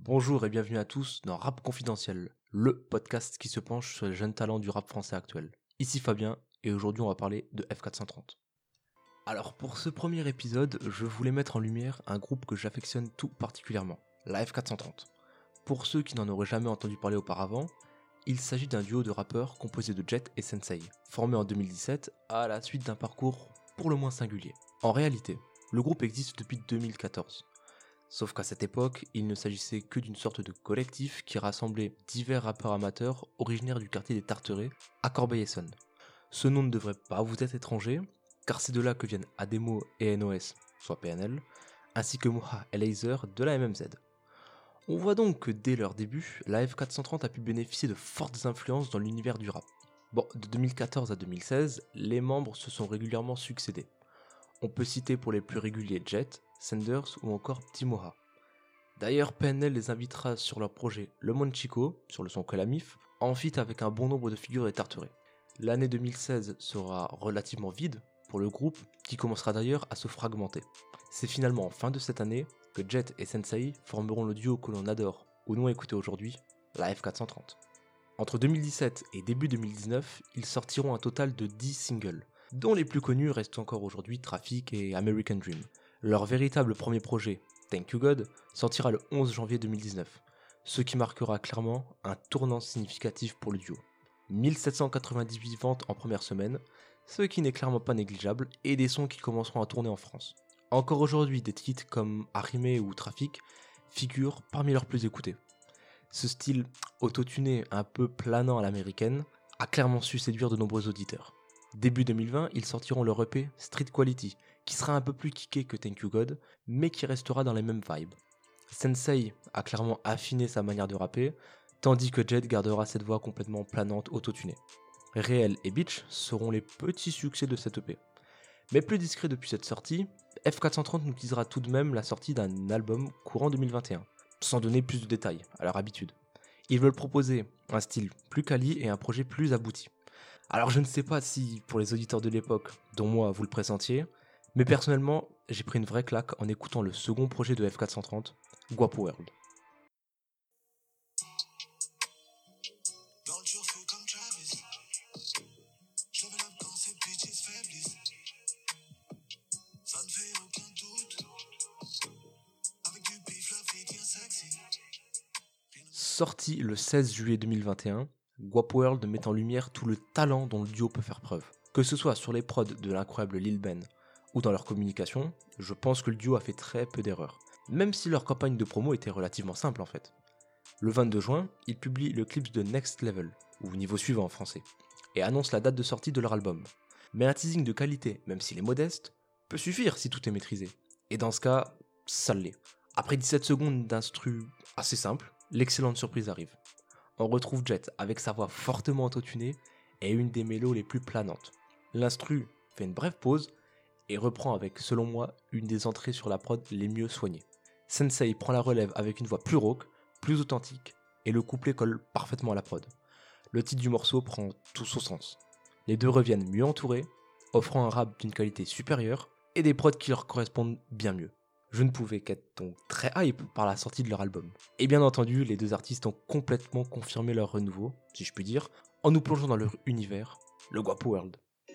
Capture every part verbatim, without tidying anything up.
Bonjour et bienvenue à tous dans Rap Confidentiel, le podcast qui se penche sur les jeunes talents du rap français actuel. Ici Fabien et aujourd'hui on va parler de F quatre cent trente. Alors pour ce premier épisode, je voulais mettre en lumière un groupe que j'affectionne tout particulièrement, la F quatre cent trente. Pour ceux qui n'en auraient jamais entendu parler auparavant, il s'agit d'un duo de rappeurs composé de Jet et Sensei, formé en deux mille dix-sept à la suite d'un parcours pour le moins singulier. En réalité, le groupe existe depuis deux mille quatorze. Sauf qu'à cette époque, il ne s'agissait que d'une sorte de collectif qui rassemblait divers rappeurs amateurs originaires du quartier des Tarterets, à Corbeil-Essonnes. Ce nom ne devrait pas vous être étranger, car c'est de là que viennent Ademo et N O S, soit P N L, ainsi que Moha et Laser de la M M Z. On voit donc que dès leur début, la F quatre cent trente a pu bénéficier de fortes influences dans l'univers du rap. Bon, de deux mille quatorze à deux mille seize, les membres se sont régulièrement succédés. On peut citer pour les plus réguliers Jet, Sanders ou encore Timoha. D'ailleurs, P N L les invitera sur leur projet Le Monde Chico, sur le son Calamif, en feat avec un bon nombre de figures des Tarterets. L'année deux mille seize sera relativement vide pour le groupe, qui commencera d'ailleurs à se fragmenter. C'est finalement en fin de cette année que Jet et Sensei formeront le duo que l'on adore, ou non écouté aujourd'hui, la F quatre cent trente. Entre deux mille dix-sept et début deux mille dix-neuf, ils sortiront un total de dix singles, dont les plus connus restent encore aujourd'hui Traffic et American Dream. Leur véritable premier projet, Thank You God, sortira le onze janvier deux mille dix-neuf, ce qui marquera clairement un tournant significatif pour le duo. mille sept cent quatre-vingt-dix-huit ventes en première semaine, ce qui n'est clairement pas négligeable, et des sons qui commenceront à tourner en France. Encore aujourd'hui, des titres comme Arrimé ou Traffic figurent parmi leurs plus écoutés. Ce style autotuné un peu planant à l'américaine a clairement su séduire de nombreux auditeurs. Début deux mille vingt, ils sortiront leur E P Street Quality, qui sera un peu plus kické que Thank You God, mais qui restera dans les mêmes vibes. Sensei a clairement affiné sa manière de rapper, tandis que Jet gardera cette voix complètement planante autotunée. Réel et Beach seront les petits succès de cette E P. Mais plus discret depuis cette sortie, F quatre cent trente nous teasera tout de même la sortie d'un album courant deux mille vingt et un, sans donner plus de détails, à leur habitude. Ils veulent proposer un style plus quali et un projet plus abouti. Alors je ne sais pas si, pour les auditeurs de l'époque, dont moi vous le pressentiez, mais personnellement, j'ai pris une vraie claque en écoutant le second projet de F quatre cent trente, Guapo World. Sorti le seize juillet deux mille vingt et un, Guapo World met en lumière tout le talent dont le duo peut faire preuve. Que ce soit sur les prods de l'incroyable Lil Ben ou dans leur communication, je pense que le duo a fait très peu d'erreurs, même si leur campagne de promo était relativement simple en fait. Le vingt-deux juin, ils publient le clip de Next Level, ou Niveau Suivant en français, et annoncent la date de sortie de leur album. Mais un teasing de qualité, même s'il est modeste, peut suffire si tout est maîtrisé. Et dans ce cas, ça l'est. Après dix-sept secondes d'instru assez simple, l'excellente surprise arrive. On retrouve Jet avec sa voix fortement autotunée et une des mélos les plus planantes. L'instru fait une brève pause et reprend avec, selon moi, une des entrées sur la prod les mieux soignées. Sensei prend la relève avec une voix plus rauque, plus authentique, et le couplet colle parfaitement à la prod. Le titre du morceau prend tout son sens. Les deux reviennent mieux entourés, offrant un rap d'une qualité supérieure et des prods qui leur correspondent bien mieux. Je ne pouvais qu'être donc très hype par la sortie de leur album. Et bien entendu, les deux artistes ont complètement confirmé leur renouveau, si je puis dire, en nous plongeant dans leur univers, le Guapo World.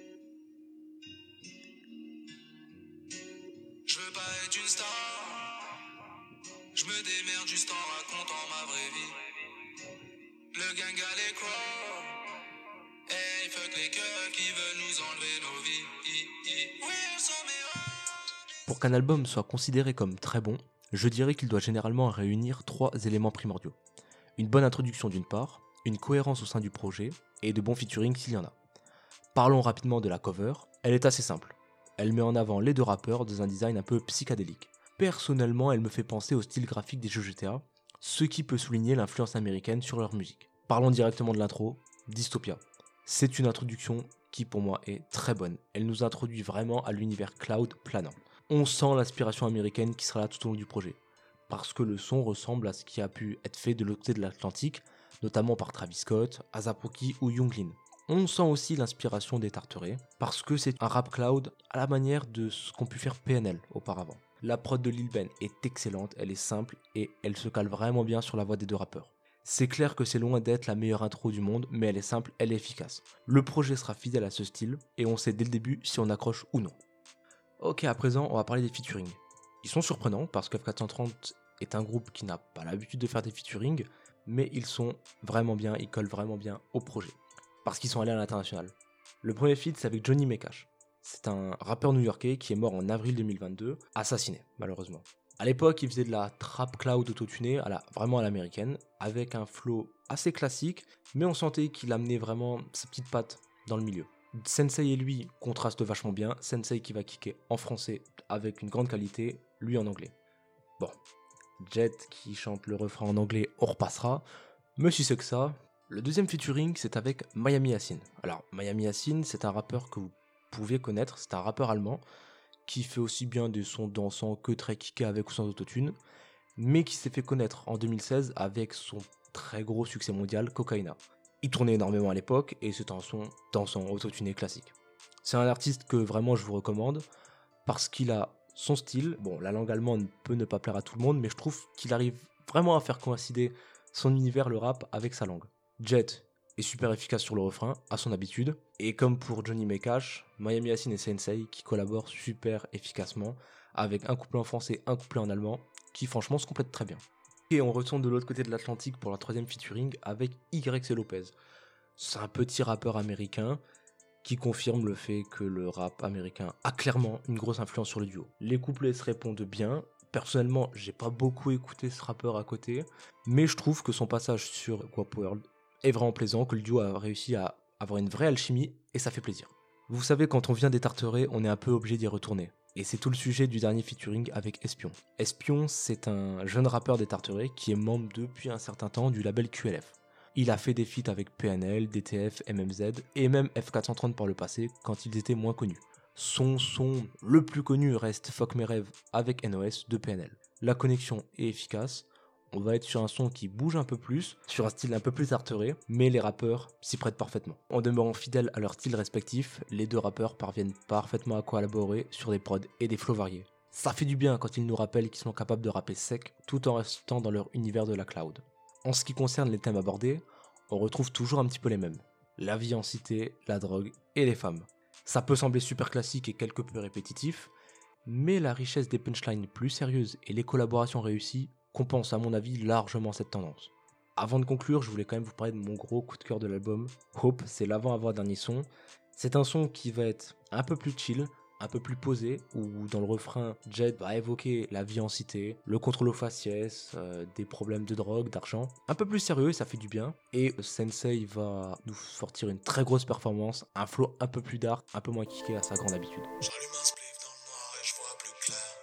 Je veux pas être une star, je me démerde juste en racontant ma vraie vie. Le gang a les crocs, hey fuck les cœurs qui veulent nous enlever nos vies. Oui, elles sont meilleures. Pour qu'un album soit considéré comme très bon, je dirais qu'il doit généralement réunir trois éléments primordiaux. Une bonne introduction d'une part, une cohérence au sein du projet, et de bons featuring s'il y en a. Parlons rapidement de la cover, elle est assez simple. Elle met en avant les deux rappeurs dans un design un peu psychédélique. Personnellement, elle me fait penser au style graphique des jeux G T A, ce qui peut souligner l'influence américaine sur leur musique. Parlons directement de l'intro, Dystopia. C'est une introduction qui pour moi est très bonne. Elle nous introduit vraiment à l'univers cloud planant. On sent l'inspiration américaine qui sera là tout au long du projet, parce que le son ressemble à ce qui a pu être fait de l'autre côté de l'Atlantique, notamment par Travis Scott, A$ap Rocky ou Young Lean. On sent aussi l'inspiration des Tarterets, parce que c'est un rap cloud à la manière de ce qu'ont pu faire P N L auparavant. La prod de Lil Ben est excellente, elle est simple et elle se cale vraiment bien sur la voix des deux rappeurs. C'est clair que c'est loin d'être la meilleure intro du monde, mais elle est simple, elle est efficace. Le projet sera fidèle à ce style et on sait dès le début si on accroche ou non. Ok, à présent, on va parler des featuring. Ils sont surprenants parce que F quatre cent trente est un groupe qui n'a pas l'habitude de faire des featuring, mais ils sont vraiment bien, ils collent vraiment bien au projet. Parce qu'ils sont allés à l'international. Le premier feat, c'est avec Johnny Mekash. C'est un rappeur new-yorkais qui est mort en avril deux mille vingt-deux, assassiné, malheureusement. À l'époque, il faisait de la trap cloud autotunée, à la, vraiment à l'américaine, avec un flow assez classique, mais on sentait qu'il amenait vraiment sa petite patte dans le milieu. Sensei et lui contrastent vachement bien, Sensei qui va kicker en français avec une grande qualité, lui en anglais. Bon, Jet qui chante le refrain en anglais, on repassera, mais si c'est que ça. Le deuxième featuring, c'est avec Miami Yassin. Alors, Miami Yassin, c'est un rappeur que vous pouvez connaître, c'est un rappeur allemand, qui fait aussi bien des sons dansants que très kickés avec ou sans autotune, mais qui s'est fait connaître en deux mille seize avec son très gros succès mondial, Cocaïna. Il tournait énormément à l'époque et c'est un son dansant, autotuné classique. C'est un artiste que vraiment je vous recommande parce qu'il a son style. Bon, la langue allemande peut ne pas plaire à tout le monde, mais je trouve qu'il arrive vraiment à faire coïncider son univers, le rap, avec sa langue. Jet est super efficace sur le refrain, à son habitude. Et comme pour Johnny Mekash, Miami Yassin et Sensei qui collaborent super efficacement avec un couplet en français, un couplet en allemand, qui franchement se complètent très bien. Et on retourne de l'autre côté de l'Atlantique pour la troisième featuring avec Y C Lopez. C'est un petit rappeur américain qui confirme le fait que le rap américain a clairement une grosse influence sur le duo. Les couplets se répondent bien. Personnellement, j'ai pas beaucoup écouté ce rappeur à côté, mais je trouve que son passage sur Guap World est vraiment plaisant, que le duo a réussi à avoir une vraie alchimie et ça fait plaisir. Vous savez, quand on vient des Tarterets, on est un peu obligé d'y retourner. Et c'est tout le sujet du dernier featuring avec Espion. Espion, c'est un jeune rappeur des Tarterets qui est membre depuis un certain temps du label Q L F. Il a fait des feats avec P N L, D T F, M M Z et même F quatre cent trente par le passé quand ils étaient moins connus. Son son le plus connu reste Fuck mes rêves avec N O S de P N L. La connexion est efficace, on va être sur un son qui bouge un peu plus, sur un style un peu plus tarteré, mais les rappeurs s'y prêtent parfaitement. En demeurant fidèles à leur style respectif, les deux rappeurs parviennent parfaitement à collaborer sur des prods et des flows variés. Ça fait du bien quand ils nous rappellent qu'ils sont capables de rapper sec tout en restant dans leur univers de la cloud. En ce qui concerne les thèmes abordés, on retrouve toujours un petit peu les mêmes. La vie en cité, la drogue et les femmes. Ça peut sembler super classique et quelque peu répétitif, mais la richesse des punchlines plus sérieuses et les collaborations réussies compensent à mon avis largement cette tendance. Avant de conclure, je voulais quand même vous parler de mon gros coup de cœur de l'album. Hope, c'est l'avant-avant-dernier son. C'est un son qui va être un peu plus chill, un peu plus posé, où dans le refrain, Jet va évoquer la vie en cité, le contrôle au faciès, euh, des problèmes de drogue, d'argent. Un peu plus sérieux et ça fait du bien. Et Sensei va nous sortir une très grosse performance, un flow un peu plus dark, un peu moins kické à sa grande habitude. J'allume un spliff dans le noir et je vois plus clair.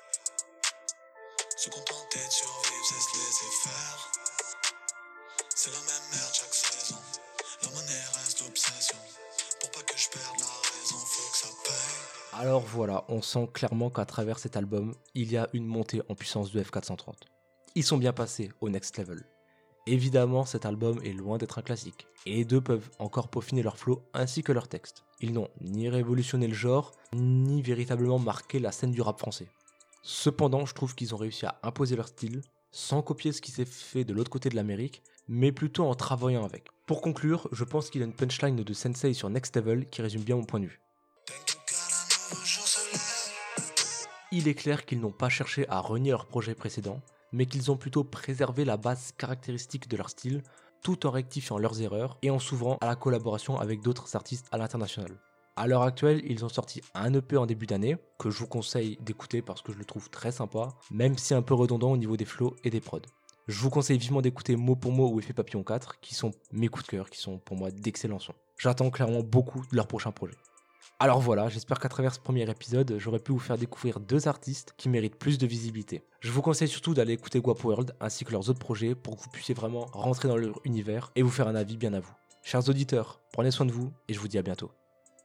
Se contenter de survivre, c'est se laisser faire. C'est la même merde chaque saison. La monnaie reste l'obsession. Pour pas que je perde la raison, faut que ça paye. Alors voilà, on sent clairement qu'à travers cet album, il y a une montée en puissance de F quatre cent trente. Ils sont bien passés au next level. Évidemment, cet album est loin d'être un classique, et les deux peuvent encore peaufiner leur flow ainsi que leur texte. Ils n'ont ni révolutionné le genre, ni véritablement marqué la scène du rap français. Cependant, je trouve qu'ils ont réussi à imposer leur style, sans copier ce qui s'est fait de l'autre côté de l'Amérique, mais plutôt en travaillant avec. Pour conclure, je pense qu'il y a une punchline de Sensei sur Next Level qui résume bien mon point de vue. Il est clair qu'ils n'ont pas cherché à renier leur projet précédent, mais qu'ils ont plutôt préservé la base caractéristique de leur style, tout en rectifiant leurs erreurs et en s'ouvrant à la collaboration avec d'autres artistes à l'international. À l'heure actuelle, ils ont sorti un E P en début d'année, que je vous conseille d'écouter parce que je le trouve très sympa, même si un peu redondant au niveau des flows et des prods. Je vous conseille vivement d'écouter Mot pour Mot ou Effet Papillon quatre, qui sont mes coups de cœur, qui sont pour moi d'excellents sons. J'attends clairement beaucoup de leur prochain projet. Alors voilà, j'espère qu'à travers ce premier épisode, j'aurais pu vous faire découvrir deux artistes qui méritent plus de visibilité. Je vous conseille surtout d'aller écouter Guap World ainsi que leurs autres projets pour que vous puissiez vraiment rentrer dans leur univers et vous faire un avis bien à vous. Chers auditeurs, prenez soin de vous et je vous dis à bientôt.